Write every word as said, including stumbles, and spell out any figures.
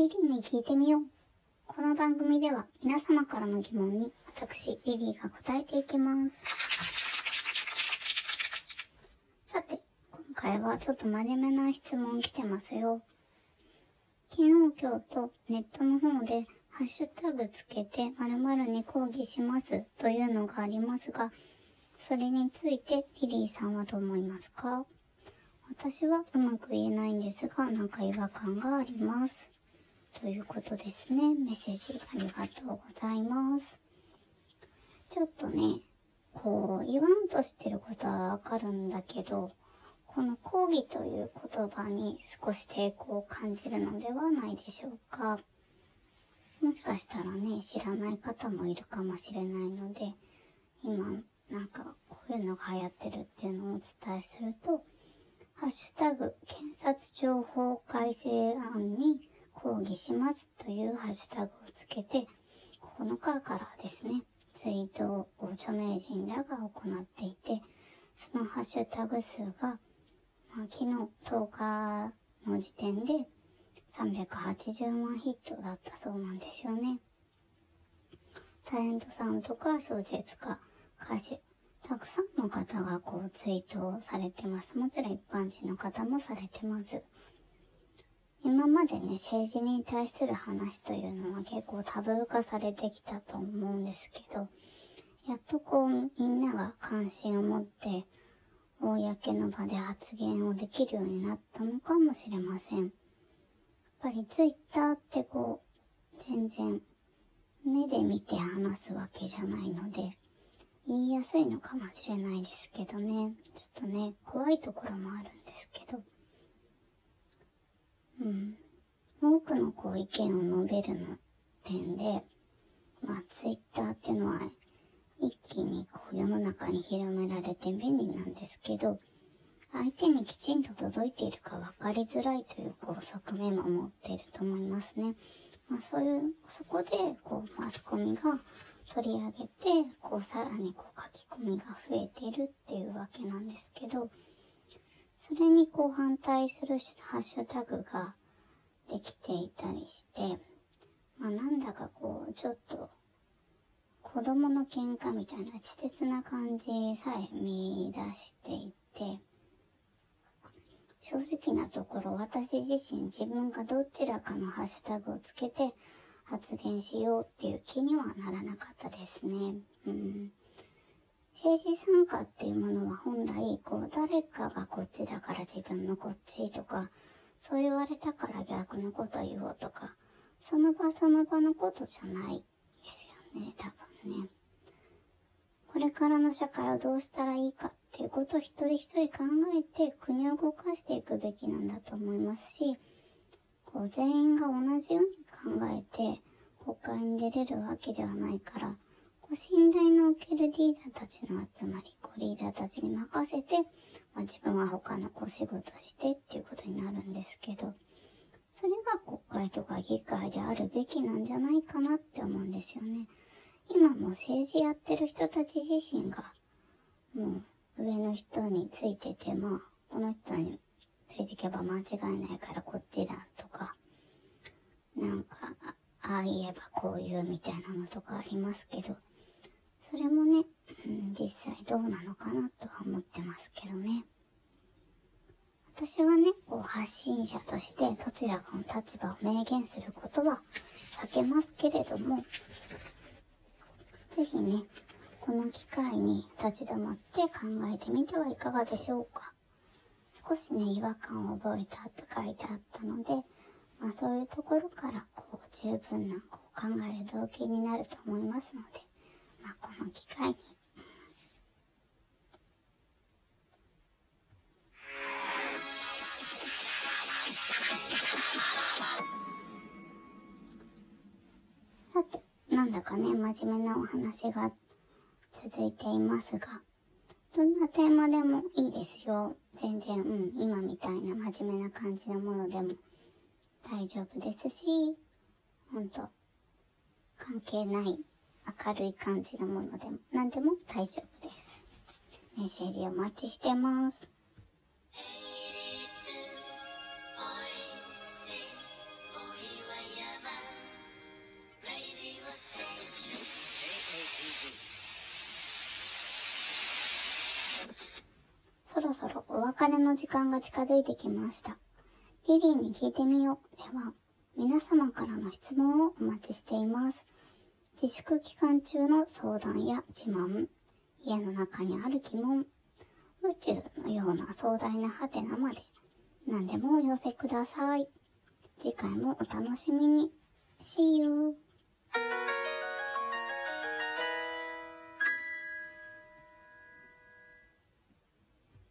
リリーに聞いてみよう。この番組では皆様からの疑問に私リリーが答えていきます。さて、今回はちょっと真面目な質問来てますよ。昨日今日とネットの方でハッシュタグつけて〇〇に抗議しますというのがありますが、それについてリリーさんはどう思いますか？私はうまく言えないんですが、なんか違和感があります。ということですね。メッセージありがとうございます。ちょっとね、こう、言わんとしてることはわかるんだけど、この抗議という言葉に少し抵抗を感じるのではないでしょうか。もしかしたらね、知らない方もいるかもしれないので、今、なんかこういうのが流行ってるっていうのをお伝えすると、ハッシュタグ、検察庁法改正案に抗議しますというハッシュタグをつけて、ここのかからですね、ツイートを著名人らが行っていて、そのハッシュタグ数が、まあ、昨日とおかの時点でさんびゃくはちじゅうまんヒットだったそうなんですよね。タレントさんとか小説家、歌手、たくさんの方がこうツイートをされてます。もちろん一般人の方もされてます。今までね、政治に対する話というのは結構タブー化されてきたと思うんですけど、やっとこうみんなが関心を持って公の場で発言をできるようになったのかもしれません。やっぱりツイッターってこう全然目で見て話すわけじゃないので、言いやすいのかもしれないですけどね。ちょっとね、怖いところもあるんですけど。うん。多くのこう意見を述べるの点で、まあツイッターっていうのは一気にこう世の中に広められて便利なんですけど、相手にきちんと届いているか分かりづらいというこう側面も持っていると思いますね。まあそういう、そこでこうマスコミが取り上げて、こうさらにこう書き込みが増えているっていうわけなんですけど、それにこう反対するハッシュタグができていたりして、まあなんだかこうちょっと子供の喧嘩みたいな稚拙な感じさえ見出していて、正直なところ私自身自分がどちらかのハッシュタグをつけて発言しようっていう気にはならなかったですね。うん、政治参加っていうものは本来こう誰かがこっちだから自分もこっちとか、そう言われたから逆のこと言おうとか、その場その場のことじゃないですよね、多分ね。これからの社会をどうしたらいいかっていうことを一人一人考えて国を動かしていくべきなんだと思いますし、こう全員が同じように考えて国会に出れるわけではないから、こう信頼のおけるリーダーたちの集まり、こうリーダーたちに任せて、まあ、自分は他のこう仕事してっていうことになるんですけど、それが国会とか議会であるべきなんじゃないかなって思うんですよね。今も政治やってる人たち自身がもう上の人についてて、まあこの人についていけば間違いないからこっちだとか、なんかああ言えばこう言うみたいなのとかありますけど、それもね、うん、実際どうなのかなとは思ってますけどね。私はね、こう発信者としてどちらかの立場を明言することは避けますけれども、ぜひね、この機会に立ち止まって考えてみてはいかがでしょうか。少しね、違和感を覚えたと書いてあったので、まあそういうところからこう十分なこう考える動機になると思いますので、まあこの機会に、さて、なんだかね、真面目なお話が続いていますが、どんなテーマでもいいですよ。全然、うん、今みたいな真面目な感じのものでも大丈夫ですし、ほんと、関係ない明るい感じのものでも何でも大丈夫です。メッセージお待ちしてます。 そろそろお別れの時間が近づいてきました。リリーに聞いてみようでは、皆様からの質問をお待ちしています。自粛期間中の相談や自慢、家の中にある疑問、宇宙のような壮大なハテナまで何でもお寄せください。次回もお楽しみに。See you!